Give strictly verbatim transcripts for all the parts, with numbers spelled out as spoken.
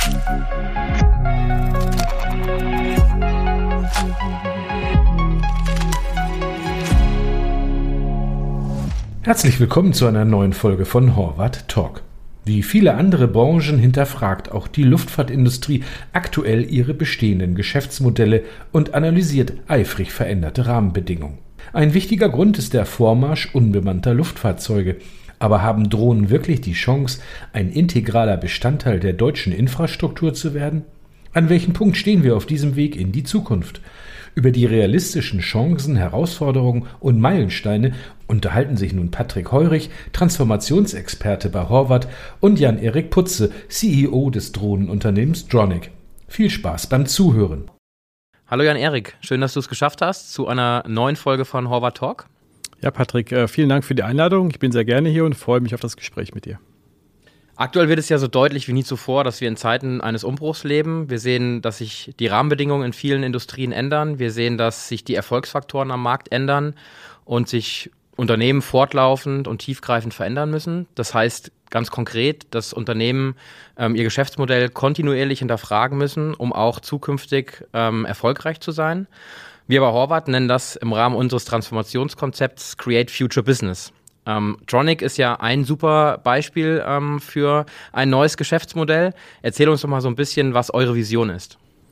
Herzlich willkommen zu einer neuen Folge von Horvath Talk. Wie viele andere Branchen hinterfragt auch die Luftfahrtindustrie aktuell ihre bestehenden Geschäftsmodelle und analysiert eifrig veränderte Rahmenbedingungen. Ein wichtiger Grund ist der Vormarsch unbemannter Luftfahrzeuge. Aber haben Drohnen wirklich die Chance, ein integraler Bestandteil der deutschen Infrastruktur zu werden? An welchem Punkt stehen wir auf diesem Weg in die Zukunft? Über die realistischen Chancen, Herausforderungen und Meilensteine unterhalten sich nun Patrick Heurich, Transformationsexperte bei Horvath, und Jan-Erik Putze, C E O des Drohnenunternehmens Dronic. Viel Spaß beim Zuhören. Hallo Jan-Erik, schön, dass du es geschafft hast zu einer neuen Folge von Horvath Talk. Ja, Patrick, vielen Dank für die Einladung. Ich bin sehr gerne hier und freue mich auf das Gespräch mit dir. Aktuell wird es ja so deutlich wie nie zuvor, dass wir in Zeiten eines Umbruchs leben. Wir sehen, dass sich die Rahmenbedingungen in vielen Industrien ändern. Wir sehen, dass sich die Erfolgsfaktoren am Markt ändern und sich Unternehmen fortlaufend und tiefgreifend verändern müssen. Das heißt ganz konkret, dass Unternehmen ähm, ihr Geschäftsmodell kontinuierlich hinterfragen müssen, um auch zukünftig ähm, erfolgreich zu sein. Wir bei Horvath nennen das im Rahmen unseres Transformationskonzepts Create Future Business. Ähm, Dronic ist ja ein super Beispiel ähm, für ein neues Geschäftsmodell. Erzähl uns doch mal so ein bisschen, was eure Vision ist.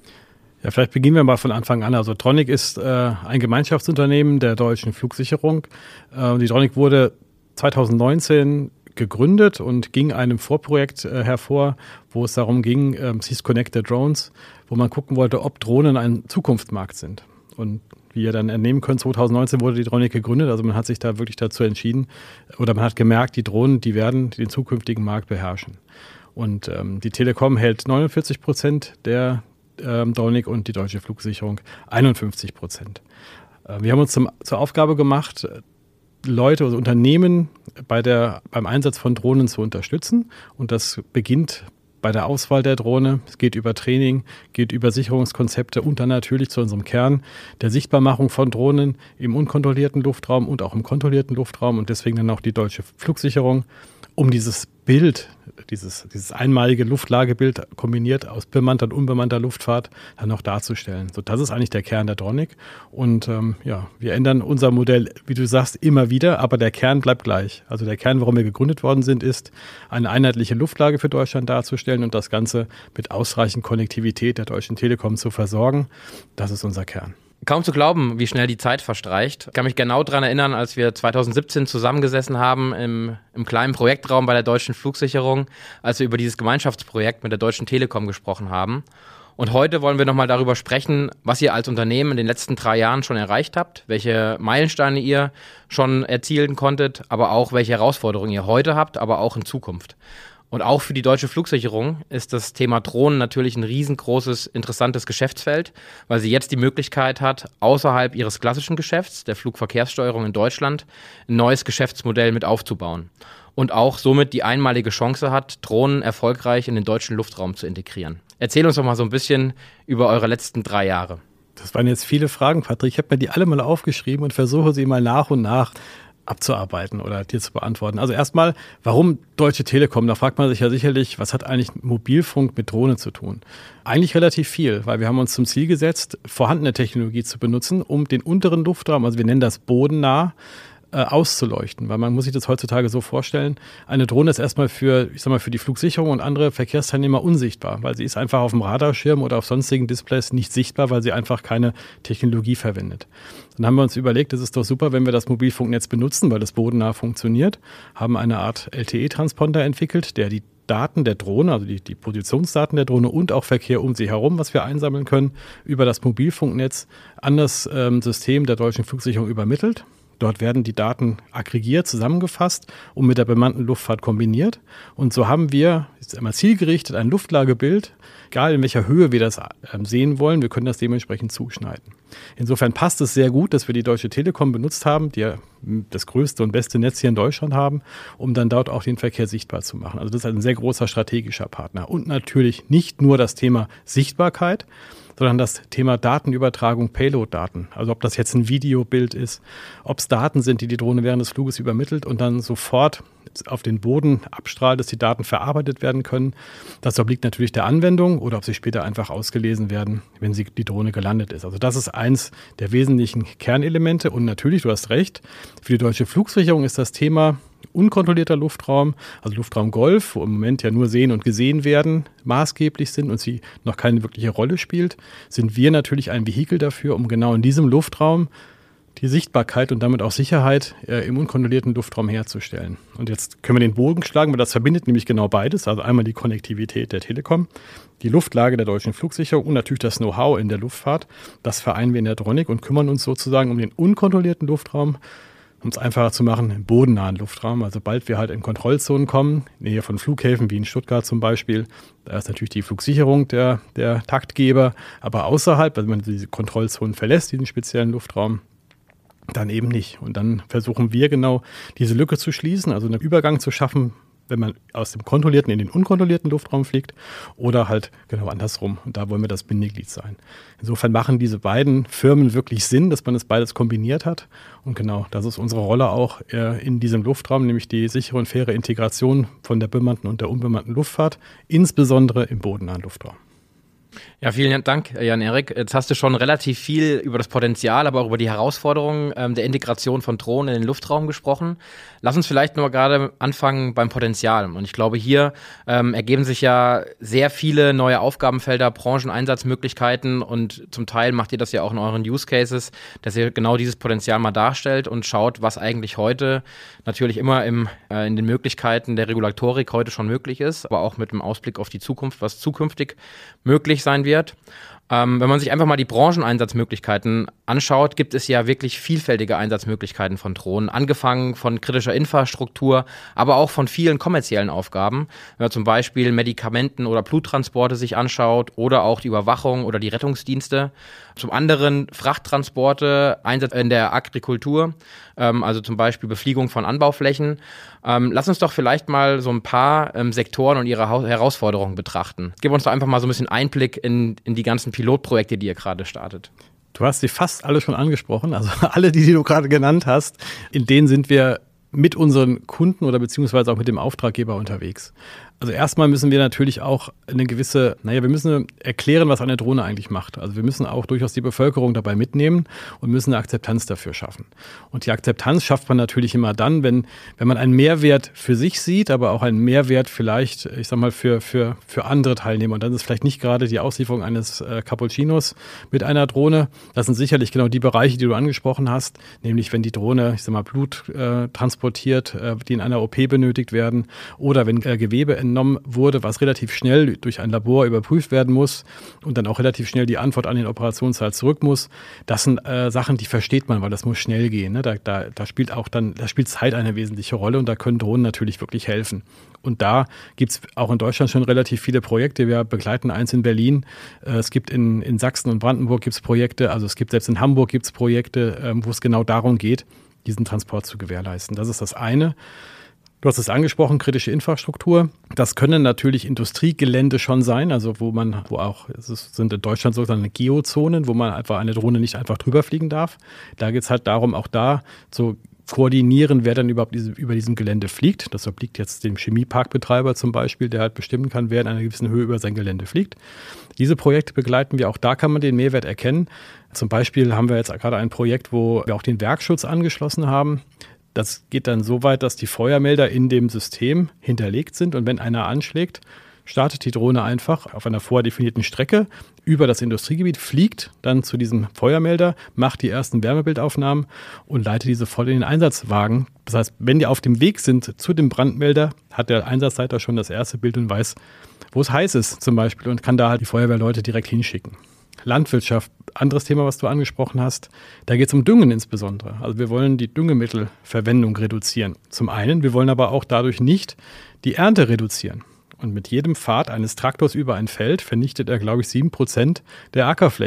Ja, vielleicht beginnen wir mal von Anfang an. Also Dronic ist äh, ein Gemeinschaftsunternehmen der deutschen Flugsicherung. Äh, die Dronic wurde zwanzig neunzehn gegründet und ging einem Vorprojekt äh, hervor, wo es darum ging, äh, Seize Connected Drones, wo man gucken wollte, ob Drohnen ein Zukunftsmarkt sind. Und wie ihr dann entnehmen könnt, zwanzig neunzehn wurde die Dronic gegründet, also man hat sich da wirklich dazu entschieden oder man hat gemerkt, die Drohnen, die werden den zukünftigen Markt beherrschen. Und ähm, die Telekom hält neunundvierzig Prozent der ähm, Dronic und die deutsche Flugsicherung einundfünfzig Prozent. Äh, wir haben uns zum, zur Aufgabe gemacht, Leute, also Unternehmen bei der, beim Einsatz von Drohnen zu unterstützen, und das beginnt bei der Auswahl der Drohne. Es geht über Training, geht über Sicherungskonzepte und dann natürlich zu unserem Kern der Sichtbarmachung von Drohnen im unkontrollierten Luftraum und auch im kontrollierten Luftraum, und deswegen dann auch die deutsche Flugsicherung, um dieses Bild, dieses, dieses einmalige Luftlagebild kombiniert aus bemannter und unbemannter Luftfahrt dann auch darzustellen. So, das ist eigentlich der Kern der Dronic. Und ähm, ja, wir ändern unser Modell, wie du sagst, immer wieder, aber der Kern bleibt gleich. Also der Kern, warum wir gegründet worden sind, ist, eine einheitliche Luftlage für Deutschland darzustellen und das Ganze mit ausreichend Konnektivität der Deutschen Telekom zu versorgen. Das ist unser Kern. Kaum zu glauben, wie schnell die Zeit verstreicht. Ich kann mich genau daran erinnern, als wir zwanzig siebzehn zusammengesessen haben im, im kleinen Projektraum bei der Deutschen Flugsicherung, als wir über dieses Gemeinschaftsprojekt mit der Deutschen Telekom gesprochen haben. Und heute wollen wir nochmal darüber sprechen, was ihr als Unternehmen in den letzten drei Jahren schon erreicht habt, welche Meilensteine ihr schon erzielen konntet, aber auch welche Herausforderungen ihr heute habt, aber auch in Zukunft. Und auch für die deutsche Flugsicherung ist das Thema Drohnen natürlich ein riesengroßes, interessantes Geschäftsfeld, weil sie jetzt die Möglichkeit hat, außerhalb ihres klassischen Geschäfts, der Flugverkehrssteuerung in Deutschland, ein neues Geschäftsmodell mit aufzubauen. Und auch somit die einmalige Chance hat, Drohnen erfolgreich in den deutschen Luftraum zu integrieren. Erzähl uns doch mal so ein bisschen über eure letzten drei Jahre. Das waren jetzt viele Fragen, Patrick. Ich habe mir die alle mal aufgeschrieben und versuche sie mal nach und nach abzuarbeiten oder dir zu beantworten. Also erstmal, warum Deutsche Telekom? Da fragt man sich ja sicherlich, was hat eigentlich Mobilfunk mit Drohnen zu tun? Eigentlich relativ viel, weil wir haben uns zum Ziel gesetzt, vorhandene Technologie zu benutzen, um den unteren Luftraum, also wir nennen das bodennah, äh, auszuleuchten. Weil man muss sich das heutzutage so vorstellen, eine Drohne ist erstmal für, ich sag mal, für die Flugsicherung und andere Verkehrsteilnehmer unsichtbar, weil sie ist einfach auf dem Radarschirm oder auf sonstigen Displays nicht sichtbar, weil sie einfach keine Technologie verwendet. Dann haben wir uns überlegt, es ist doch super, wenn wir das Mobilfunknetz benutzen, weil das bodennah funktioniert, haben eine Art L T E-Transponder entwickelt, der die Daten der Drohne, also die, die Positionsdaten der Drohne und auch Verkehr um sie herum, was wir einsammeln können, über das Mobilfunknetz an das ähm, System der deutschen Flugsicherung übermittelt. Dort werden die Daten aggregiert, zusammengefasst und mit der bemannten Luftfahrt kombiniert. Und so haben wir jetzt einmal zielgerichtet ein Luftlagebild, egal in welcher Höhe wir das sehen wollen, wir können das dementsprechend zuschneiden. Insofern passt es sehr gut, dass wir die Deutsche Telekom benutzt haben, die ja das größte und beste Netz hier in Deutschland haben, um dann dort auch den Verkehr sichtbar zu machen. Also das ist ein sehr großer strategischer Partner. Und natürlich nicht nur das Thema Sichtbarkeit, sondern das Thema Datenübertragung, Payload-Daten. Also ob das jetzt ein Videobild ist, ob es Daten sind, die die Drohne während des Fluges übermittelt und dann sofort auf den Boden abstrahlt, dass die Daten verarbeitet werden können. Das obliegt natürlich der Anwendung oder ob sie später einfach ausgelesen werden, wenn sie, die Drohne gelandet ist. Also das ist eins der wesentlichen Kernelemente. Und natürlich, du hast recht, für die deutsche Flugsicherung ist das Thema unkontrollierter Luftraum, also Luftraum Golf, wo im Moment ja nur sehen und gesehen werden, maßgeblich sind und sie noch keine wirkliche Rolle spielt, sind wir natürlich ein Vehikel dafür, um genau in diesem Luftraum die Sichtbarkeit und damit auch Sicherheit äh, im unkontrollierten Luftraum herzustellen. Und jetzt können wir den Bogen schlagen, weil das verbindet nämlich genau beides. Also einmal die Konnektivität der Telekom, die Luftlage der deutschen Flugsicherung und natürlich das Know-how in der Luftfahrt. Das vereinen wir in der Dronic und kümmern uns sozusagen um den unkontrollierten Luftraum, um es einfacher zu machen, im bodennahen Luftraum. Also sobald wir halt in Kontrollzonen kommen, in Nähe von Flughäfen wie in Stuttgart zum Beispiel, da ist natürlich die Flugsicherung der, der Taktgeber. Aber außerhalb, wenn man diese Kontrollzonen verlässt, diesen speziellen Luftraum, dann eben nicht. Und dann versuchen wir genau diese Lücke zu schließen, also einen Übergang zu schaffen, wenn man aus dem kontrollierten in den unkontrollierten Luftraum fliegt oder halt genau andersrum. Und da wollen wir das Bindeglied sein. Insofern machen diese beiden Firmen wirklich Sinn, dass man das beides kombiniert hat. Und genau, das ist unsere Rolle auch äh, in diesem Luftraum, nämlich die sichere und faire Integration von der bemannten und der unbemannten Luftfahrt, insbesondere im bodennahen Luftraum. Ja, vielen Dank, Jan-Erik. Jetzt hast du schon relativ viel über das Potenzial, aber auch über die Herausforderungen ähm, der Integration von Drohnen in den Luftraum gesprochen. Lass uns vielleicht nur gerade anfangen beim Potenzial. Und ich glaube, hier ähm, ergeben sich ja sehr viele neue Aufgabenfelder, Brancheneinsatzmöglichkeiten und zum Teil macht ihr das ja auch in euren Use Cases, dass ihr genau dieses Potenzial mal darstellt und schaut, was eigentlich heute natürlich immer im, äh, in den Möglichkeiten der Regulatorik heute schon möglich ist, aber auch mit dem Ausblick auf die Zukunft, was zukünftig möglich sein wird. Ähm, wenn man sich einfach mal die Brancheneinsatzmöglichkeiten anschaut, gibt es ja wirklich vielfältige Einsatzmöglichkeiten von Drohnen, angefangen von kritischer Infrastruktur, aber auch von vielen kommerziellen Aufgaben. Wenn man zum Beispiel Medikamenten- oder Bluttransporte sich anschaut oder auch die Überwachung oder die Rettungsdienste. Zum anderen Frachttransporte, Einsatz in der Agrikultur, ähm, also zum Beispiel Befliegung von Anbauflächen. Ähm, lass uns doch vielleicht mal so ein paar ähm, Sektoren und ihre ha- Herausforderungen betrachten. Gib uns doch einfach mal so ein bisschen Einblick in, in die ganzen Pilotprojekte, die ihr gerade startet. Du hast sie fast alle schon angesprochen, also alle, die, die du gerade genannt hast, in denen sind wir mit unseren Kunden oder beziehungsweise auch mit dem Auftraggeber unterwegs. Also erstmal müssen wir natürlich auch eine gewisse, naja, wir müssen erklären, was eine Drohne eigentlich macht. Also wir müssen auch durchaus die Bevölkerung dabei mitnehmen und müssen eine Akzeptanz dafür schaffen. Und die Akzeptanz schafft man natürlich immer dann, wenn, wenn man einen Mehrwert für sich sieht, aber auch einen Mehrwert vielleicht, ich sag mal, für, für, für andere Teilnehmer. Und dann ist vielleicht nicht gerade die Auslieferung eines äh, Cappuccinos mit einer Drohne. Das sind sicherlich genau die Bereiche, die du angesprochen hast, nämlich wenn die Drohne, ich sag mal, Blut äh, transportiert, äh, die in einer O P benötigt werden oder wenn äh, Gewebe entnommen wurde, was relativ schnell durch ein Labor überprüft werden muss und dann auch relativ schnell die Antwort an den Operationssaal zurück muss. Das sind äh, Sachen, die versteht man, weil das muss schnell gehen. Ne? Da, da, da spielt auch dann, da spielt Zeit eine wesentliche Rolle und da können Drohnen natürlich wirklich helfen. Und da gibt es auch in Deutschland schon relativ viele Projekte. Wir begleiten eins in Berlin. Äh, es gibt in, in Sachsen und Brandenburg gibt's Projekte, also es gibt selbst in Hamburg gibt's Projekte, äh, wo es genau darum geht, diesen Transport zu gewährleisten. Das ist das eine. Du hast es angesprochen, kritische Infrastruktur. Das können natürlich Industriegelände schon sein, also wo man, wo auch, es sind in Deutschland sozusagen Geozonen, wo man einfach eine Drohne nicht einfach drüber fliegen darf. Da geht es halt darum, auch da zu koordinieren, wer dann überhaupt diese, über diesem Gelände fliegt. Das obliegt jetzt dem Chemieparkbetreiber zum Beispiel, der halt bestimmen kann, wer in einer gewissen Höhe über sein Gelände fliegt. Diese Projekte begleiten wir, auch da kann man den Mehrwert erkennen. Zum Beispiel haben wir jetzt gerade ein Projekt, wo wir auch den Werkschutz angeschlossen haben. Das geht dann so weit, dass die Feuermelder in dem System hinterlegt sind und wenn einer anschlägt, startet die Drohne einfach auf einer vordefinierten Strecke über das Industriegebiet, fliegt dann zu diesem Feuermelder, macht die ersten Wärmebildaufnahmen und leitet diese voll in den Einsatzwagen. Das heißt, wenn die auf dem Weg sind zu dem Brandmelder, hat der Einsatzleiter schon das erste Bild und weiß, wo es heiß ist zum Beispiel und kann da halt die Feuerwehrleute direkt hinschicken. Landwirtschaft, anderes Thema, was du angesprochen hast. Da geht es um Düngen insbesondere. Also wir wollen die Düngemittelverwendung reduzieren. Zum einen, wir wollen aber auch dadurch nicht die Ernte reduzieren. Und mit jedem Fahrt eines Traktors über ein Feld vernichtet er, glaube ich, sieben Prozent der Ackerfläche.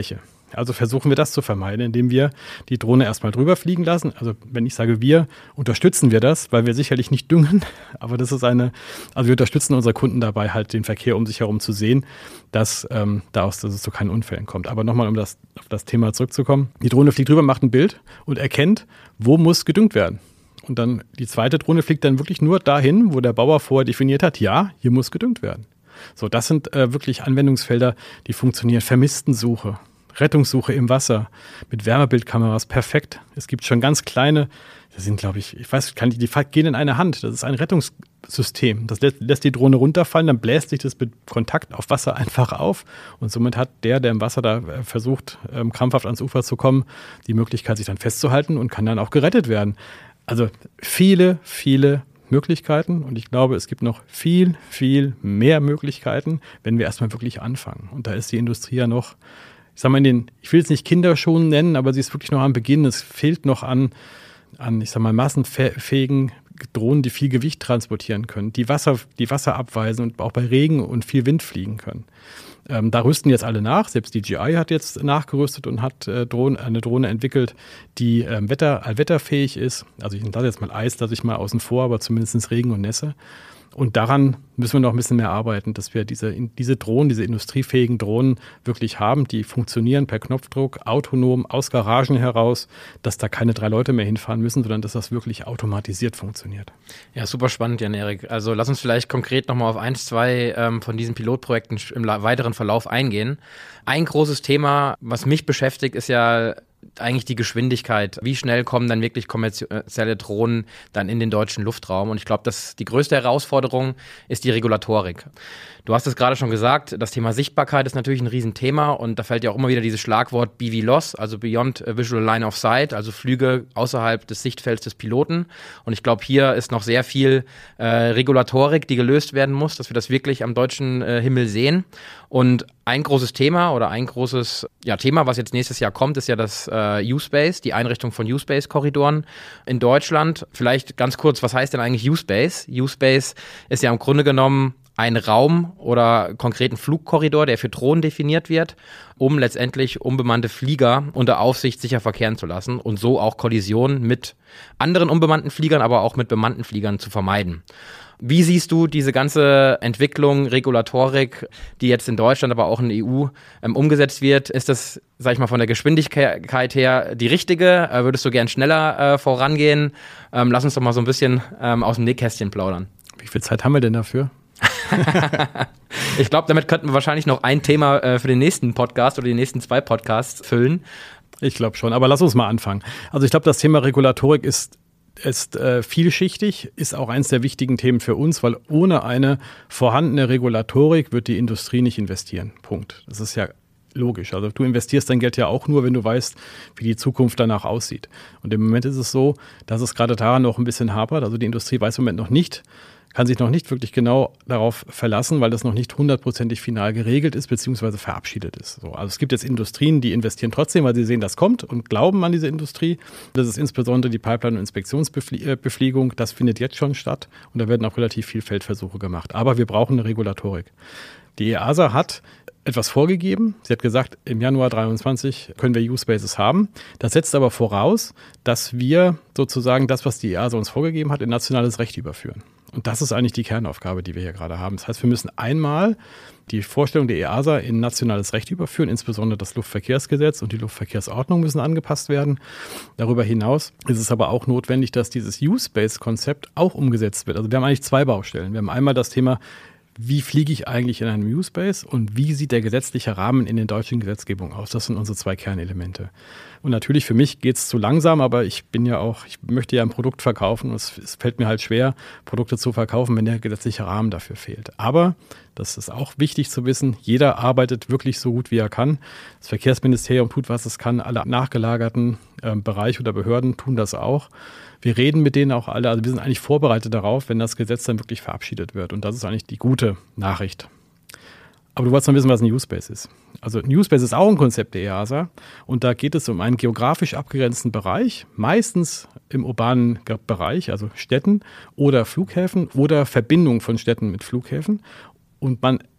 Also versuchen wir das zu vermeiden, indem wir die Drohne erstmal drüber fliegen lassen. Also wenn ich sage wir, unterstützen wir das, weil wir sicherlich nicht düngen, aber das ist eine, also wir unterstützen unsere Kunden dabei, halt den Verkehr um sich herum zu sehen, dass, ähm, daraus, dass es zu keinen Unfällen kommt. Aber nochmal, um das, auf das Thema zurückzukommen. Die Drohne fliegt drüber, macht ein Bild und erkennt, wo muss gedüngt werden. Und dann die zweite Drohne fliegt dann wirklich nur dahin, wo der Bauer vorher definiert hat, ja, hier muss gedüngt werden. So, das sind äh, wirklich Anwendungsfelder, die funktionieren. Vermisstensuche. Rettungssuche im Wasser mit Wärmebildkameras, perfekt. Es gibt schon ganz kleine, das sind, glaube ich, ich weiß, kann die, die gehen in eine Hand. Das ist ein Rettungssystem. Das lässt, lässt die Drohne runterfallen, dann bläst sich das mit Kontakt auf Wasser einfach auf. Und somit hat der, der im Wasser da versucht, ähm, krampfhaft ans Ufer zu kommen, die Möglichkeit, sich dann festzuhalten und kann dann auch gerettet werden. Also viele, viele Möglichkeiten. Und ich glaube, es gibt noch viel, viel mehr Möglichkeiten, wenn wir erstmal wirklich anfangen. Und da ist die Industrie ja noch, ich sag mal, in den, ich will es nicht Kinderschuhen nennen, aber sie ist wirklich noch am Beginn. Es fehlt noch an, an, ich sag mal, massenfähigen Drohnen, die viel Gewicht transportieren können, die Wasser, die Wasser abweisen und auch bei Regen und viel Wind fliegen können. Ähm, da rüsten jetzt alle nach. Selbst die D J I hat jetzt nachgerüstet und hat äh, Drohne, eine Drohne entwickelt, die ähm, Wetter, allwetterfähig ist. Also ich lasse jetzt mal Eis, lasse ich mal außen vor, aber zumindest Regen und Nässe. Und daran müssen wir noch ein bisschen mehr arbeiten, dass wir diese, diese Drohnen, diese industriefähigen Drohnen wirklich haben, die funktionieren per Knopfdruck, autonom, aus Garagen heraus, dass da keine drei Leute mehr hinfahren müssen, sondern dass das wirklich automatisiert funktioniert. Ja, super spannend, Jan-Erik. Also lass uns vielleicht konkret nochmal auf eins, zwei ähm, von diesen Pilotprojekten im weiteren Verlauf eingehen. Ein großes Thema, was mich beschäftigt, ist ja eigentlich die Geschwindigkeit. Wie schnell kommen dann wirklich kommerzielle Drohnen dann in den deutschen Luftraum? Und ich glaube, dass die größte Herausforderung ist die Regulatorik. Du hast es gerade schon gesagt, das Thema Sichtbarkeit ist natürlich ein Riesenthema und da fällt ja auch immer wieder dieses Schlagwort B V L O S, also Beyond Visual Line of Sight, also Flüge außerhalb des Sichtfelds des Piloten. Und ich glaube, hier ist noch sehr viel äh, Regulatorik, die gelöst werden muss, dass wir das wirklich am deutschen äh, Himmel sehen. Und ein großes Thema oder ein großes ja, Thema, was jetzt nächstes Jahr kommt, ist ja das äh, U-Space, die Einrichtung von U-Space-Korridoren in Deutschland. Vielleicht ganz kurz, was heißt denn eigentlich U-Space? U-Space ist ja im Grunde genommen ein Raum oder konkreten Flugkorridor, der für Drohnen definiert wird, um letztendlich unbemannte Flieger unter Aufsicht sicher verkehren zu lassen und so auch Kollisionen mit anderen unbemannten Fliegern, aber auch mit bemannten Fliegern zu vermeiden. Wie siehst du diese ganze Entwicklung, Regulatorik, die jetzt in Deutschland, aber auch in der E U ähm, umgesetzt wird? Ist das, sag ich mal, von der Geschwindigkeit her die richtige? Äh, würdest du gern schneller äh, vorangehen? Ähm, lass uns doch mal so ein bisschen ähm, aus dem Nähkästchen plaudern. Wie viel Zeit haben wir denn dafür? Ich glaube, damit könnten wir wahrscheinlich noch ein Thema äh, für den nächsten Podcast oder die nächsten zwei Podcasts füllen. Ich glaube schon, aber lass uns mal anfangen. Also ich glaube, das Thema Regulatorik ist ist äh, vielschichtig, ist auch eines der wichtigen Themen für uns, weil ohne eine vorhandene Regulatorik wird die Industrie nicht investieren. Punkt. Das ist ja logisch. Also du investierst dein Geld ja auch nur, wenn du weißt, wie die Zukunft danach aussieht. Und im Moment ist es so, dass es gerade daran noch ein bisschen hapert. Also die Industrie weiß im Moment noch nicht, kann sich noch nicht wirklich genau darauf verlassen, weil das noch nicht hundertprozentig final geregelt ist bzw. verabschiedet ist. So, also es gibt jetzt Industrien, die investieren trotzdem, weil sie sehen, das kommt und glauben an diese Industrie. Das ist insbesondere die Pipeline- und Inspektionsbefliegung. Das findet jetzt schon statt und da werden auch relativ viel Feldversuche gemacht. Aber wir brauchen eine Regulatorik. Die E A S A hat etwas vorgegeben. Sie hat gesagt, im Januar dreiundzwanzig können wir U-Spaces haben. Das setzt aber voraus, dass wir sozusagen das, was die E A S A uns vorgegeben hat, in nationales Recht überführen. Und das ist eigentlich die Kernaufgabe, die wir hier gerade haben. Das heißt, wir müssen einmal die Vorstellung der E A S A in nationales Recht überführen, insbesondere das Luftverkehrsgesetz und die Luftverkehrsordnung müssen angepasst werden. Darüber hinaus ist es aber auch notwendig, dass dieses U-Space-Konzept auch umgesetzt wird. Also wir haben eigentlich zwei Baustellen. Wir haben einmal das Thema, wie fliege ich eigentlich in einem U-Space und wie sieht der gesetzliche Rahmen in der deutschen Gesetzgebung aus? Das sind unsere zwei Kernelemente. Und natürlich, für mich geht es zu langsam, aber ich bin ja auch, ich möchte ja ein Produkt verkaufen und es, es fällt mir halt schwer, Produkte zu verkaufen, wenn der gesetzliche Rahmen dafür fehlt. Aber, das ist auch wichtig zu wissen, jeder arbeitet wirklich so gut, wie er kann. Das Verkehrsministerium tut, was es kann. Alle nachgelagerten äh, Bereiche oder Behörden tun das auch. Wir reden mit denen auch alle, also wir sind eigentlich vorbereitet darauf, wenn das Gesetz dann wirklich verabschiedet wird. Und das ist eigentlich die gute Nachricht. Aber du wolltest noch wissen, was ein U-Space ist. Also ein U-Space ist auch ein Konzept der E A S A und da geht es um einen geografisch abgegrenzten Bereich, meistens im urbanen Bereich, also Städten oder Flughäfen oder Verbindung von Städten mit Flughäfen. Und man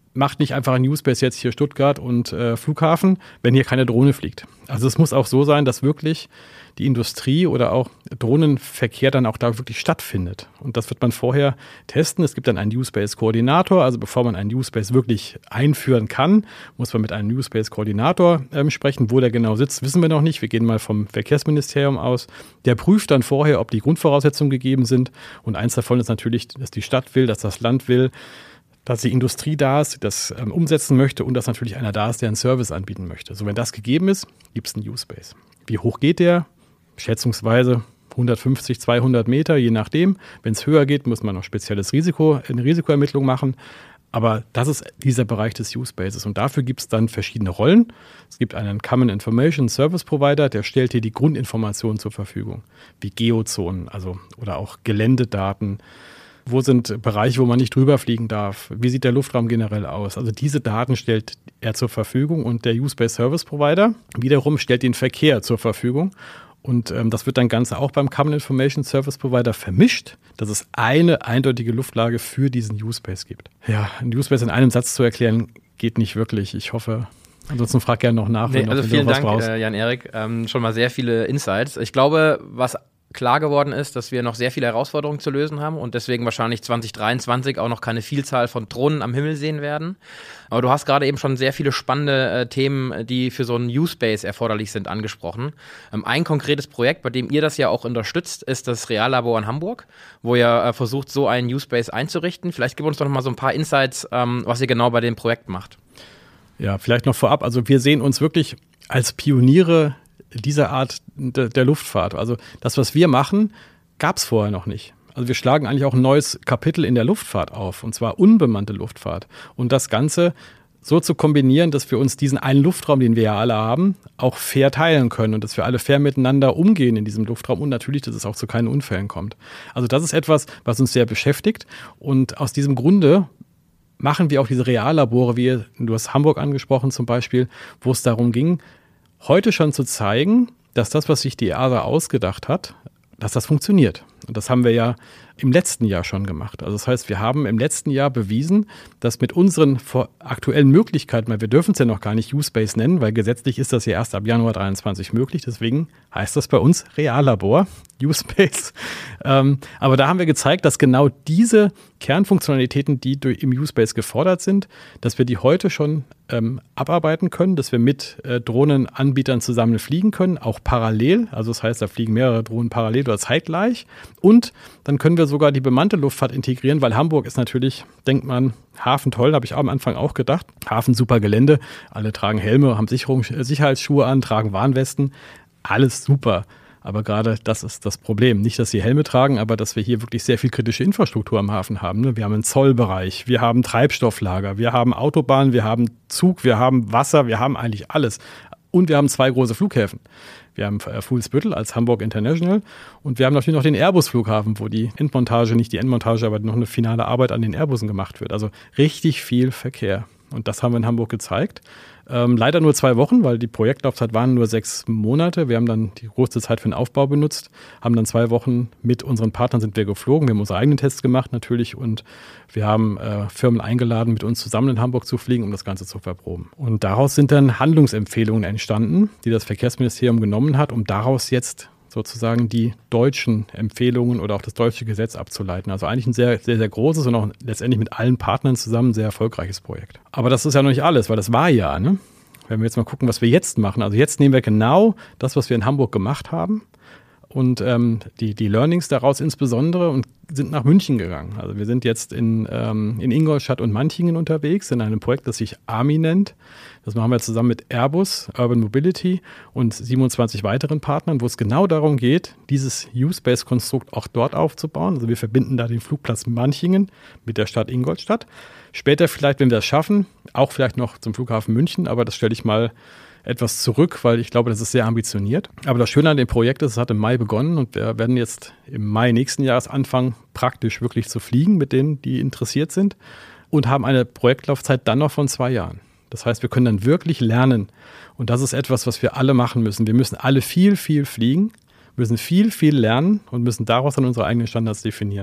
macht nicht einfach ein U-Space jetzt hier Stuttgart und äh, Flughafen, wenn hier keine Drohne fliegt. Also es muss auch so sein, dass wirklich die Industrie oder auch Drohnenverkehr dann auch da wirklich stattfindet. Und das wird man vorher testen. Es gibt dann einen U-Space-Koordinator. Also bevor man einen U-Space wirklich einführen kann, muss man mit einem U-Space-Koordinator ähm, sprechen. Wo der genau sitzt, wissen wir noch nicht. Wir gehen mal vom Verkehrsministerium aus. Der prüft dann vorher, ob die Grundvoraussetzungen gegeben sind. Und eins davon ist natürlich, dass die Stadt will, dass das Land will, dass die Industrie da ist, das ähm, umsetzen möchte und dass natürlich einer da ist, der einen Service anbieten möchte. So, wenn das gegeben ist, gibt es einen U-Space. Wie hoch geht der? Schätzungsweise hundertfünfzig, zweihundert Meter, je nachdem. Wenn es höher geht, muss man noch spezielles Risiko, eine Risikoermittlung machen. Aber das ist dieser Bereich des U-Spaces. Und dafür gibt es dann verschiedene Rollen. Es gibt einen Common Information Service Provider, der stellt dir die Grundinformationen zur Verfügung, wie Geozonen, also oder auch Geländedaten. Wo sind Bereiche, wo man nicht drüber fliegen darf? Wie sieht der Luftraum generell aus? Also diese Daten stellt er zur Verfügung und der U-Space Service Provider wiederum stellt den Verkehr zur Verfügung. Und ähm, das wird dann Ganze auch beim Common Information Service Provider vermischt, dass es eine eindeutige Luftlage für diesen U-Space gibt. Ja, ein U-Space in einem Satz zu erklären, geht nicht wirklich. Ich hoffe, ansonsten frag gerne noch nach. Nee, wenn also noch, vielen was Dank, brauchst. äh, Jan-Erik. Ähm, schon mal sehr viele Insights. Ich glaube, was klar geworden ist, dass wir noch sehr viele Herausforderungen zu lösen haben und deswegen wahrscheinlich zwanzig dreiundzwanzig auch noch keine Vielzahl von Drohnen am Himmel sehen werden. Aber du hast gerade eben schon sehr viele spannende äh, Themen, die für so einen U-Space erforderlich sind, angesprochen. Ähm, ein konkretes Projekt, bei dem ihr das ja auch unterstützt, ist das Reallabor in Hamburg, wo ihr äh, versucht, so einen U-Space einzurichten. Vielleicht gib uns doch noch mal so ein paar Insights, ähm, was ihr genau bei dem Projekt macht. Ja, vielleicht noch vorab. Also wir sehen uns wirklich als Pioniere dieser Art de, der Luftfahrt. Also das, was wir machen, gab es vorher noch nicht. Also wir schlagen eigentlich auch ein neues Kapitel in der Luftfahrt auf, und zwar unbemannte Luftfahrt. Und das Ganze so zu kombinieren, dass wir uns diesen einen Luftraum, den wir ja alle haben, auch fair teilen können und dass wir alle fair miteinander umgehen in diesem Luftraum und natürlich, dass es auch zu keinen Unfällen kommt. Also das ist etwas, was uns sehr beschäftigt, und aus diesem Grunde machen wir auch diese Reallabore, wie du hast Hamburg angesprochen zum Beispiel, wo es darum ging, heute schon zu zeigen, dass das, was sich die E A S A ausgedacht hat, dass das funktioniert. Und das haben wir ja im letzten Jahr schon gemacht. Also das heißt, wir haben im letzten Jahr bewiesen, dass mit unseren aktuellen Möglichkeiten, weil wir dürfen es ja noch gar nicht U-Space nennen, weil gesetzlich ist das ja erst ab Januar dreiundzwanzig möglich. Deswegen heißt das bei uns Reallabor, U-Space. Ähm, aber da haben wir gezeigt, dass genau diese Kernfunktionalitäten, die im U-Space gefordert sind, dass wir die heute schon ähm, abarbeiten können, dass wir mit äh, Drohnenanbietern zusammen fliegen können, auch parallel. Also das heißt, da fliegen mehrere Drohnen parallel oder zeitgleich. Und dann können wir sogar die bemannte Luftfahrt integrieren, weil Hamburg ist natürlich, denkt man, Hafen toll, habe ich am Anfang auch gedacht. Hafen, super Gelände, alle tragen Helme, haben Sicherung, Sicherheitsschuhe an, tragen Warnwesten, alles super. Aber gerade das ist das Problem. Nicht, dass sie Helme tragen, aber dass wir hier wirklich sehr viel kritische Infrastruktur am Hafen haben. Wir haben einen Zollbereich, wir haben Treibstofflager, wir haben Autobahn, wir haben Zug, wir haben Wasser, wir haben eigentlich alles. Und wir haben zwei große Flughäfen. Wir haben Fuhlsbüttel als Hamburg International und wir haben natürlich noch den Airbus-Flughafen, wo die Endmontage, nicht die Endmontage, aber noch eine finale Arbeit an den Airbussen gemacht wird. Also richtig viel Verkehr. Und das haben wir in Hamburg gezeigt. Ähm, leider nur zwei Wochen, weil die Projektlaufzeit waren nur sechs Monate. Wir haben dann die große Zeit für den Aufbau benutzt, haben dann zwei Wochen mit unseren Partnern sind wir geflogen. Wir haben unsere eigenen Tests gemacht natürlich und wir haben äh, Firmen eingeladen, mit uns zusammen in Hamburg zu fliegen, um das Ganze zu verproben. Und daraus sind dann Handlungsempfehlungen entstanden, die das Verkehrsministerium genommen hat, um daraus jetzt sozusagen die deutschen Empfehlungen oder auch das deutsche Gesetz abzuleiten. Also eigentlich ein sehr, sehr, sehr großes und auch letztendlich mit allen Partnern zusammen sehr erfolgreiches Projekt. Aber das ist ja noch nicht alles, weil das war ja, ne? Wenn wir jetzt mal gucken, was wir jetzt machen. Also jetzt nehmen wir genau das, was wir in Hamburg gemacht haben und ähm, die, die Learnings daraus insbesondere und sind nach München gegangen. Also wir sind jetzt in, ähm, in Ingolstadt und Manchingen unterwegs in einem Projekt, das sich A M I nennt. Das machen wir zusammen mit Airbus, Urban Mobility und siebenundzwanzig weiteren Partnern, wo es genau darum geht, dieses U-Space-Konstrukt auch dort aufzubauen. Also wir verbinden da den Flugplatz Manchingen mit der Stadt Ingolstadt. Später vielleicht, wenn wir das schaffen, auch vielleicht noch zum Flughafen München, aber das stelle ich mal etwas zurück, weil ich glaube, das ist sehr ambitioniert. Aber das Schöne an dem Projekt ist, es hat im Mai begonnen und wir werden jetzt im Mai nächsten Jahres anfangen, praktisch wirklich zu fliegen mit denen, die interessiert sind und haben eine Projektlaufzeit dann noch von zwei Jahren. Das heißt, wir können dann wirklich lernen. Und das ist etwas, was wir alle machen müssen. Wir müssen alle viel, viel fliegen, müssen viel, viel lernen und müssen daraus dann unsere eigenen Standards definieren.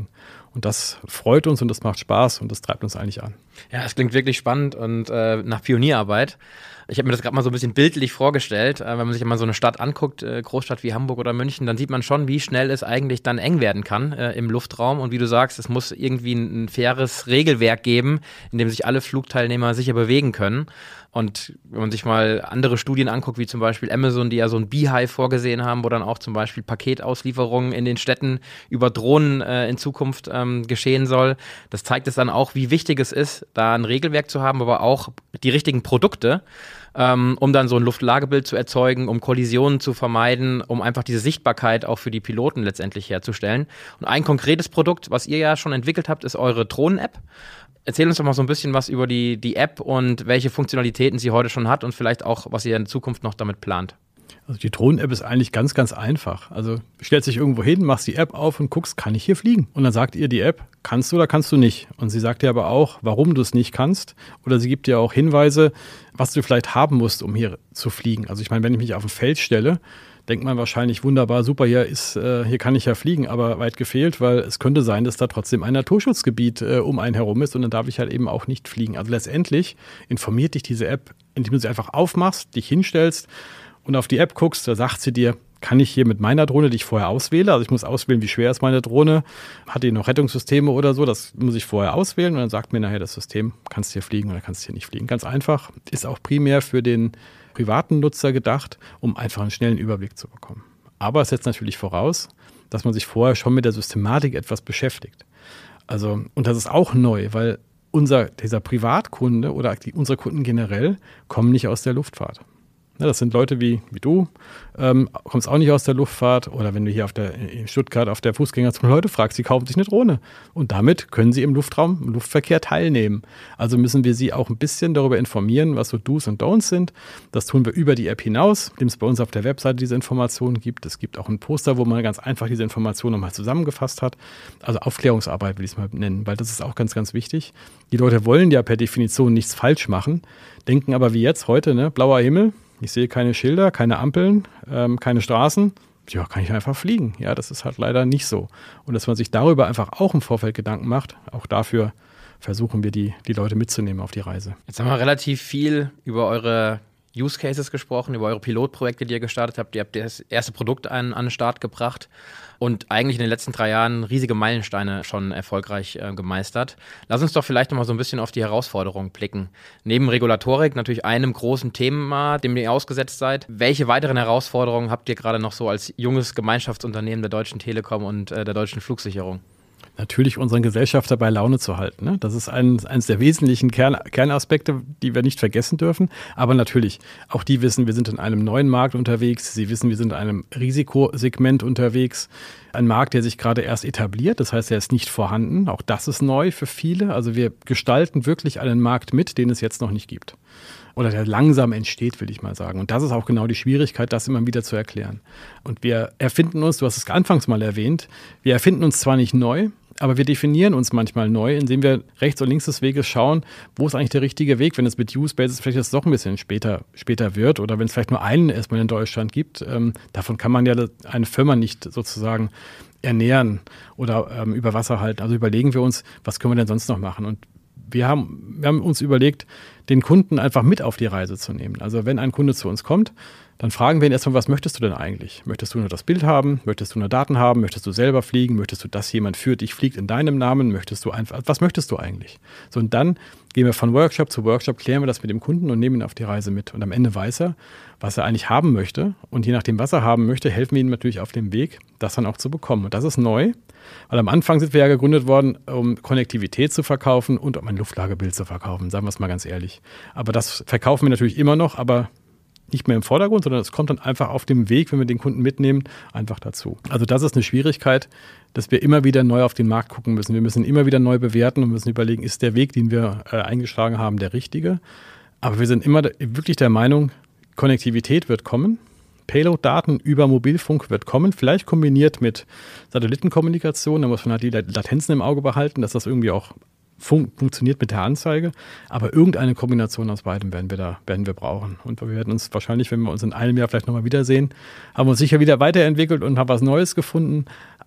Und das freut uns und das macht Spaß und das treibt uns eigentlich an. Ja, es klingt wirklich spannend und äh, nach Pionierarbeit. Ich habe mir das gerade mal so ein bisschen bildlich vorgestellt. Äh, wenn man sich mal so eine Stadt anguckt, äh, Großstadt wie Hamburg oder München, dann sieht man schon, wie schnell es eigentlich dann eng werden kann äh, im Luftraum. Und wie du sagst, es muss irgendwie ein, ein faires Regelwerk geben, in dem sich alle Flugteilnehmer sicher bewegen können. Und wenn man sich mal andere Studien anguckt, wie zum Beispiel Amazon, die ja so ein Beehive vorgesehen haben, wo dann auch zum Beispiel Paketauslieferungen in den Städten über Drohnen äh, in Zukunft ähm, geschehen soll. Das zeigt es dann auch, wie wichtig es ist, da ein Regelwerk zu haben, aber auch die richtigen Produkte, ähm, um dann so ein Luftlagebild zu erzeugen, um Kollisionen zu vermeiden, um einfach diese Sichtbarkeit auch für die Piloten letztendlich herzustellen. Und ein konkretes Produkt, was ihr ja schon entwickelt habt, ist eure Drohnen-App. Erzähl uns doch mal so ein bisschen was über die, die App und welche Funktionalitäten sie heute schon hat und vielleicht auch, was ihr in Zukunft noch damit plant. Also die Drohnen-App ist eigentlich ganz, ganz einfach. Also du stellst dich irgendwo hin, machst die App auf und guckst, kann ich hier fliegen? Und dann sagt ihr die App, kannst du oder kannst du nicht? Und sie sagt dir aber auch, warum du es nicht kannst. Oder sie gibt dir auch Hinweise, was du vielleicht haben musst, um hier zu fliegen. Also ich meine, wenn ich mich auf ein Feld stelle, denkt man wahrscheinlich, wunderbar, super, hier, ist, äh, hier kann ich ja fliegen, aber weit gefehlt, weil es könnte sein, dass da trotzdem ein Naturschutzgebiet äh, um einen herum ist und dann darf ich halt eben auch nicht fliegen. Also letztendlich informiert dich diese App, indem du sie einfach aufmachst, dich hinstellst und auf die App guckst, da sagt sie dir, kann ich hier mit meiner Drohne, die ich vorher auswähle, also ich muss auswählen, wie schwer ist meine Drohne, hat die noch Rettungssysteme oder so, das muss ich vorher auswählen und dann sagt mir nachher das System, kannst hier fliegen oder kannst hier nicht fliegen. Ganz einfach, ist auch primär für den privaten Nutzer gedacht, um einfach einen schnellen Überblick zu bekommen. Aber es setzt natürlich voraus, dass man sich vorher schon mit der Systematik etwas beschäftigt. Also, und das ist auch neu, weil unser, dieser Privatkunde oder die, unsere Kunden generell kommen nicht aus der Luftfahrt. Ja, das sind Leute wie, wie du, ähm, kommst auch nicht aus der Luftfahrt oder wenn du hier auf der, in Stuttgart auf der Fußgängerzone Leute fragst, die kaufen sich eine Drohne und damit können sie im Luftraum, im Luftverkehr teilnehmen. Also müssen wir sie auch ein bisschen darüber informieren, was so Do's und Don'ts sind. Das tun wir über die App hinaus, indem es bei uns auf der Webseite diese Informationen gibt. Es gibt auch ein Poster, wo man ganz einfach diese Informationen nochmal zusammengefasst hat. Also Aufklärungsarbeit will ich es mal nennen, weil das ist auch ganz, ganz wichtig. Die Leute wollen ja per Definition nichts falsch machen, denken aber wie jetzt heute, ne, blauer Himmel, ich sehe keine Schilder, keine Ampeln, ähm, keine Straßen. Ja, kann ich einfach fliegen. Ja, das ist halt leider nicht so. Und dass man sich darüber einfach auch im Vorfeld Gedanken macht, auch dafür versuchen wir, die, die Leute mitzunehmen auf die Reise. Jetzt haben wir relativ viel über eure Use Cases gesprochen, über eure Pilotprojekte, die ihr gestartet habt. Ihr habt das erste Produkt an, an den Start gebracht und eigentlich in den letzten drei Jahren riesige Meilensteine schon erfolgreich äh, gemeistert. Lass uns doch vielleicht noch mal so ein bisschen auf die Herausforderungen blicken. Neben Regulatorik natürlich einem großen Thema, dem ihr ausgesetzt seid. Welche weiteren Herausforderungen habt ihr gerade noch so als junges Gemeinschaftsunternehmen der Deutschen Telekom und äh, der Deutschen Flugsicherung? Natürlich unseren Gesellschafter bei Laune zu halten. Ne? Das ist ein, eines der wesentlichen Kern, Kernaspekte, die wir nicht vergessen dürfen. Aber natürlich, auch die wissen, wir sind in einem neuen Markt unterwegs. Sie wissen, wir sind in einem Risikosegment unterwegs. Ein Markt, der sich gerade erst etabliert. Das heißt, er ist nicht vorhanden. Auch das ist neu für viele. Also wir gestalten wirklich einen Markt mit, den es jetzt noch nicht gibt. Oder der langsam entsteht, will ich mal sagen. Und das ist auch genau die Schwierigkeit, das immer wieder zu erklären. Und wir erfinden uns, du hast es anfangs mal erwähnt, wir erfinden uns zwar nicht neu, aber wir definieren uns manchmal neu, indem wir rechts und links des Weges schauen, wo ist eigentlich der richtige Weg, wenn es mit Use Cases vielleicht jetzt doch ein bisschen später, später wird oder wenn es vielleicht nur einen erstmal in Deutschland gibt. Ähm, davon kann man ja eine Firma nicht sozusagen ernähren oder ähm, über Wasser halten. Also überlegen wir uns, was können wir denn sonst noch machen? Und wir haben, wir haben uns überlegt, den Kunden einfach mit auf die Reise zu nehmen. Also wenn ein Kunde zu uns kommt, dann fragen wir ihn erstmal, was möchtest du denn eigentlich? Möchtest du nur das Bild haben? Möchtest du nur Daten haben? Möchtest du selber fliegen? Möchtest du, dass jemand für dich fliegt in deinem Namen? Möchtest du einfach, was möchtest du eigentlich? So, und dann gehen wir von Workshop zu Workshop, klären wir das mit dem Kunden und nehmen ihn auf die Reise mit. Und am Ende weiß er, was er eigentlich haben möchte. Und je nachdem, was er haben möchte, helfen wir ihm natürlich auf dem Weg, das dann auch zu bekommen. Und das ist neu, weil am Anfang sind wir ja gegründet worden, um Konnektivität zu verkaufen und um ein Luftlagebild zu verkaufen, sagen wir es mal ganz ehrlich. Aber das verkaufen wir natürlich immer noch, aber nicht mehr im Vordergrund, sondern es kommt dann einfach auf dem Weg, wenn wir den Kunden mitnehmen, einfach dazu. Also das ist eine Schwierigkeit, dass wir immer wieder neu auf den Markt gucken müssen. Wir müssen immer wieder neu bewerten und müssen überlegen, ist der Weg, den wir äh, eingeschlagen haben, der richtige? Aber wir sind immer wirklich der Meinung, Konnektivität wird kommen. Payload-Daten über Mobilfunk wird kommen, vielleicht kombiniert mit Satellitenkommunikation. Da muss man halt die Latenzen im Auge behalten, dass das irgendwie auch fun- funktioniert mit der Anzeige. Aber irgendeine Kombination aus beidem werden wir da werden wir brauchen. Und wir werden uns wahrscheinlich, wenn wir uns in einem Jahr vielleicht nochmal wiedersehen, haben wir uns sicher wieder weiterentwickelt und haben was Neues gefunden.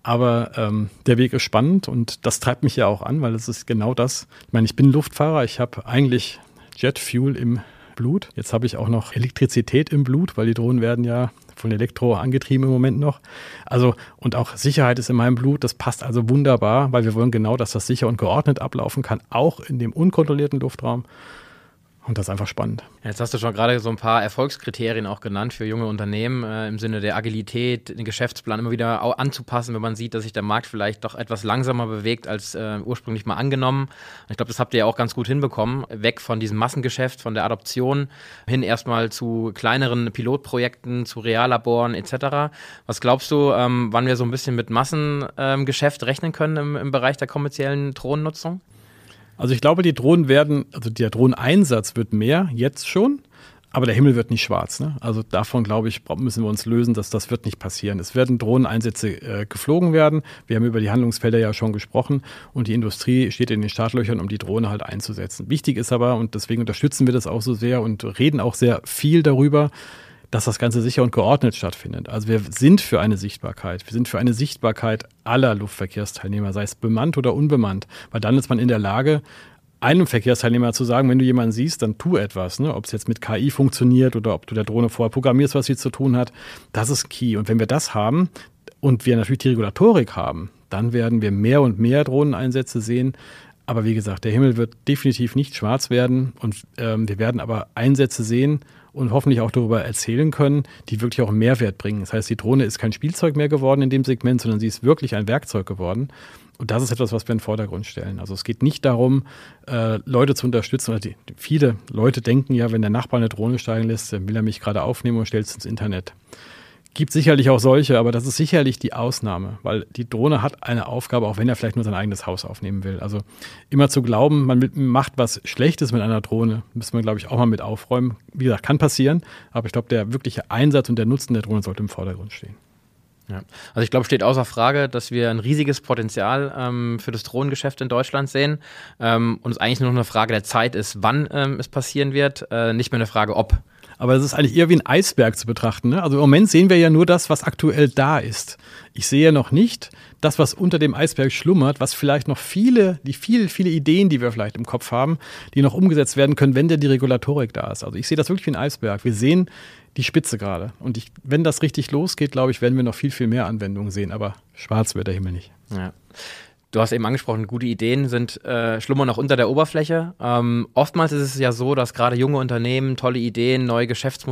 Aber ähm, der Weg ist spannend und das treibt mich ja auch an, weil es ist genau das. Ich meine, ich bin Luftfahrer, ich habe eigentlich Jetfuel im Blut. Jetzt habe ich auch noch Elektrizität im Blut, weil die Drohnen werden ja von Elektro angetrieben im Moment noch. Also, und auch Sicherheit ist in meinem Blut. Das passt also wunderbar, weil wir wollen genau, dass das sicher und geordnet ablaufen kann, auch in dem unkontrollierten Luftraum. Und das ist einfach spannend. Jetzt hast du schon gerade so ein paar Erfolgskriterien auch genannt für junge Unternehmen äh, im Sinne der Agilität, den Geschäftsplan immer wieder auch anzupassen, wenn man sieht, dass sich der Markt vielleicht doch etwas langsamer bewegt als äh, ursprünglich mal angenommen. Ich glaube, das habt ihr ja auch ganz gut hinbekommen. Weg von diesem Massengeschäft, von der Adoption hin erstmal zu kleineren Pilotprojekten, zu Reallaboren et cetera. Was glaubst du, ähm, wann wir so ein bisschen mit Massengeschäft ähm, rechnen können im, im Bereich der kommerziellen Drohnennutzung? Also ich glaube, die Drohnen werden, also der Drohneneinsatz wird mehr, jetzt schon, aber der Himmel wird nicht schwarz. Ne? Also davon, glaube ich, müssen wir uns lösen, dass das wird nicht passieren. Es werden Drohneneinsätze äh, geflogen werden. Wir haben über die Handlungsfelder ja schon gesprochen und die Industrie steht in den Startlöchern, um die Drohne halt einzusetzen. Wichtig ist aber, und deswegen unterstützen wir das auch so sehr und reden auch sehr viel darüber, dass das Ganze sicher und geordnet stattfindet. Also wir sind für eine Sichtbarkeit. Wir sind für eine Sichtbarkeit aller Luftverkehrsteilnehmer, sei es bemannt oder unbemannt. Weil dann ist man in der Lage, einem Verkehrsteilnehmer zu sagen, wenn du jemanden siehst, dann tu etwas. Ne? Ob es jetzt mit K I funktioniert oder ob du der Drohne vorher programmierst, was sie zu tun hat, das ist key. Und wenn wir das haben und wir natürlich die Regulatorik haben, dann werden wir mehr und mehr Drohneneinsätze sehen. Aber wie gesagt, der Himmel wird definitiv nicht schwarz werden und ähm, wir werden aber Einsätze sehen und hoffentlich auch darüber erzählen können, die wirklich auch einen Mehrwert bringen. Das heißt, die Drohne ist kein Spielzeug mehr geworden in dem Segment, sondern sie ist wirklich ein Werkzeug geworden. Und das ist etwas, was wir in den Vordergrund stellen. Also es geht nicht darum, äh, Leute zu unterstützen. Die, viele Leute denken ja, wenn der Nachbar eine Drohne steigen lässt, dann will er mich gerade aufnehmen und stellt es ins Internet. Gibt sicherlich auch solche, aber das ist sicherlich die Ausnahme, weil die Drohne hat eine Aufgabe, auch wenn er vielleicht nur sein eigenes Haus aufnehmen will. Also immer zu glauben, man macht was Schlechtes mit einer Drohne, müssen wir, glaube ich, auch mal mit aufräumen. Wie gesagt, kann passieren, aber ich glaube, der wirkliche Einsatz und der Nutzen der Drohne sollte im Vordergrund stehen. Ja. Also ich glaube, steht außer Frage, dass wir ein riesiges Potenzial ähm, für das Drohnengeschäft in Deutschland sehen ähm, und es eigentlich nur noch eine Frage der Zeit ist, wann ähm, es passieren wird, äh, nicht mehr eine Frage, ob. Aber es ist eigentlich eher wie ein Eisberg zu betrachten. Ne? Also im Moment sehen wir ja nur das, was aktuell da ist. Ich sehe ja noch nicht das, was unter dem Eisberg schlummert, was vielleicht noch viele, die viele, viele Ideen, die wir vielleicht im Kopf haben, die noch umgesetzt werden können, wenn denn die Regulatorik da ist. Also ich sehe das wirklich wie ein Eisberg. Wir sehen die Spitze gerade. Und ich, wenn das richtig losgeht, glaube ich, werden wir noch viel, viel mehr Anwendungen sehen. Aber schwarz wird der Himmel nicht. Ja. Du hast eben angesprochen, gute Ideen sind äh, schlummern noch unter der Oberfläche. Ähm, oftmals ist es ja so, dass gerade junge Unternehmen tolle Ideen, neue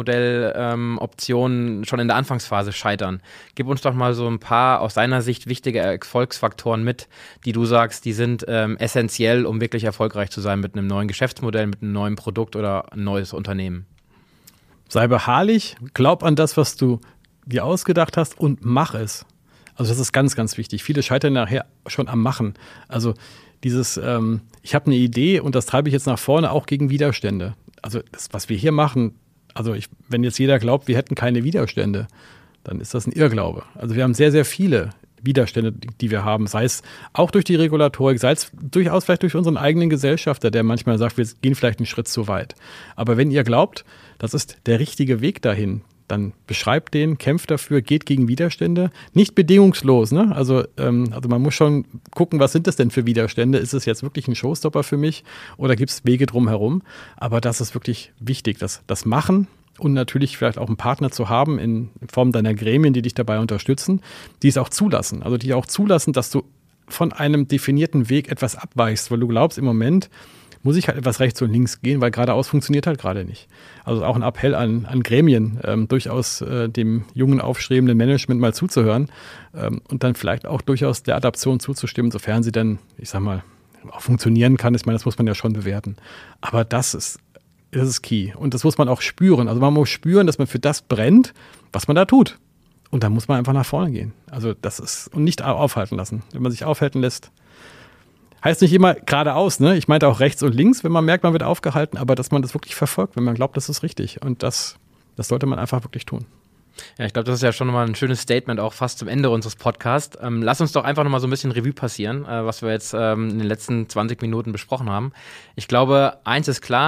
Geschäftsmodelloptionen ähm, schon in der Anfangsphase scheitern. Gib uns doch mal so ein paar aus deiner Sicht wichtige Erfolgsfaktoren mit, die du sagst, die sind ähm, essentiell, um wirklich erfolgreich zu sein mit einem neuen Geschäftsmodell, mit einem neuen Produkt oder ein neues Unternehmen. Sei beharrlich, glaub an das, was du dir ausgedacht hast und mach es. Also das ist ganz, ganz wichtig. Viele scheitern nachher schon am Machen. Also dieses, ähm, ich habe eine Idee und das treibe ich jetzt nach vorne auch gegen Widerstände. Also das, was wir hier machen, also ich, wenn jetzt jeder glaubt, wir hätten keine Widerstände, dann ist das ein Irrglaube. Also wir haben sehr, sehr viele Widerstände, die, die wir haben, sei es auch durch die Regulatorik, sei es durchaus vielleicht durch unseren eigenen Gesellschafter, der manchmal sagt, wir gehen vielleicht einen Schritt zu weit. Aber wenn ihr glaubt, das ist der richtige Weg dahin, dann beschreibt den, kämpft dafür, geht gegen Widerstände. Nicht bedingungslos, ne? Also, ähm, also man muss schon gucken, was sind das denn für Widerstände? Ist es jetzt wirklich ein Showstopper für mich oder gibt es Wege drumherum? Aber das ist wirklich wichtig, das, das Machen und natürlich vielleicht auch einen Partner zu haben in Form deiner Gremien, die dich dabei unterstützen, die es auch zulassen. Also die auch zulassen, dass du von einem definierten Weg etwas abweichst, weil du glaubst, im Moment muss ich halt etwas rechts und links gehen, weil geradeaus funktioniert halt gerade nicht. Also auch ein Appell an, an Gremien, ähm, durchaus äh, dem jungen, aufstrebenden Management mal zuzuhören ähm, und dann vielleicht auch durchaus der Adaption zuzustimmen, sofern sie dann, ich sag mal, auch funktionieren kann. Ich meine, das muss man ja schon bewerten. Aber das ist, das ist key. Und das muss man auch spüren. Also man muss spüren, dass man für das brennt, was man da tut. Und dann muss man einfach nach vorne gehen. Also das ist, und nicht aufhalten lassen. Wenn man sich aufhalten lässt, heißt nicht immer geradeaus, ne? Ich meinte auch rechts und links, wenn man merkt, man wird aufgehalten, aber dass man das wirklich verfolgt, wenn man glaubt, das ist richtig. Und das, das sollte man einfach wirklich tun. Ja, ich glaube, das ist ja schon nochmal ein schönes Statement, auch fast zum Ende unseres Podcasts. Ähm, lass uns doch einfach nochmal so ein bisschen Revue passieren, äh, was wir jetzt ähm, in den letzten zwanzig Minuten besprochen haben. Ich glaube, eins ist klar,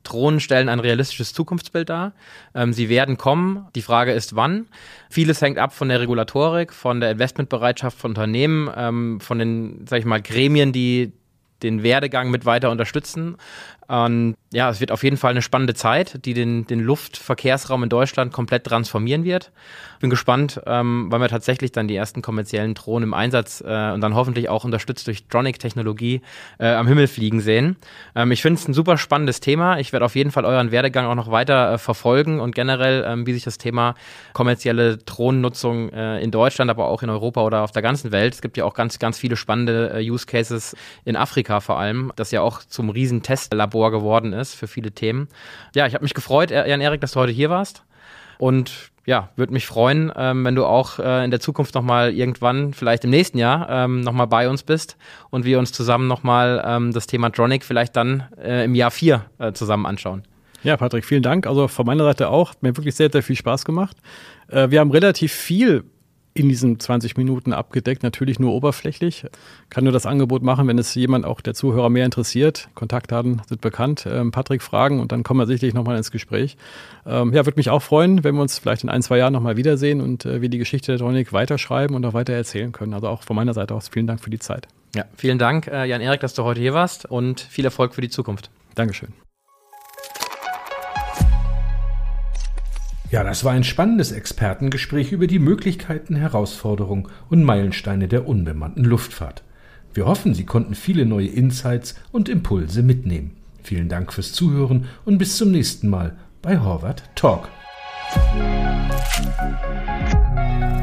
Drohnen stellen ein realistisches Zukunftsbild dar. Ähm, sie werden kommen. Die Frage ist, wann. Vieles hängt ab von der Regulatorik, von der Investmentbereitschaft von Unternehmen, ähm, von den, sag ich mal, Gremien, die den Werdegang mit weiter unterstützen. Und ja, es wird auf jeden Fall eine spannende Zeit, die den, den Luftverkehrsraum in Deutschland komplett transformieren wird. Bin gespannt, ähm, weil wir tatsächlich dann die ersten kommerziellen Drohnen im Einsatz äh, und dann hoffentlich auch unterstützt durch Dronic-Technologie äh, am Himmel fliegen sehen. Ähm, ich finde es ein super spannendes Thema. Ich werde auf jeden Fall euren Werdegang auch noch weiter äh, verfolgen und generell, ähm, wie sich das Thema kommerzielle Drohnennutzung äh, in Deutschland, aber auch in Europa oder auf der ganzen Welt. Es gibt ja auch ganz, ganz viele spannende äh, Use Cases in Afrika vor allem, das ja auch zum riesen Testlabor geworden ist für viele Themen. Ja, ich habe mich gefreut, Jan-Erik, dass du heute hier warst und ja, würde mich freuen, ähm, wenn du auch äh, in der Zukunft nochmal irgendwann, vielleicht im nächsten Jahr, ähm, nochmal bei uns bist und wir uns zusammen nochmal ähm, das Thema Dronic vielleicht dann äh, im Jahr vier äh, zusammen anschauen. Ja, Patrick, vielen Dank. Also von meiner Seite auch. Hat mir wirklich sehr, sehr viel Spaß gemacht. Äh, wir haben relativ viel in diesen zwanzig Minuten abgedeckt, natürlich nur oberflächlich. Kann nur das Angebot machen, wenn es jemand, auch der Zuhörer, mehr interessiert. Kontaktdaten sind bekannt. Ähm, Patrick fragen und dann kommen wir sicherlich nochmal ins Gespräch. Ähm, ja, würde mich auch freuen, wenn wir uns vielleicht in ein, zwei Jahren nochmal wiedersehen und äh, wir die Geschichte der Dronic weiterschreiben und auch weiter erzählen können. Also auch von meiner Seite aus vielen Dank für die Zeit. Ja, vielen Dank, äh, Jan-Erik, dass du heute hier warst und viel Erfolg für die Zukunft. Dankeschön. Ja, das war ein spannendes Expertengespräch über die Möglichkeiten, Herausforderungen und Meilensteine der unbemannten Luftfahrt. Wir hoffen, Sie konnten viele neue Insights und Impulse mitnehmen. Vielen Dank fürs Zuhören und bis zum nächsten Mal bei Horvath Talk.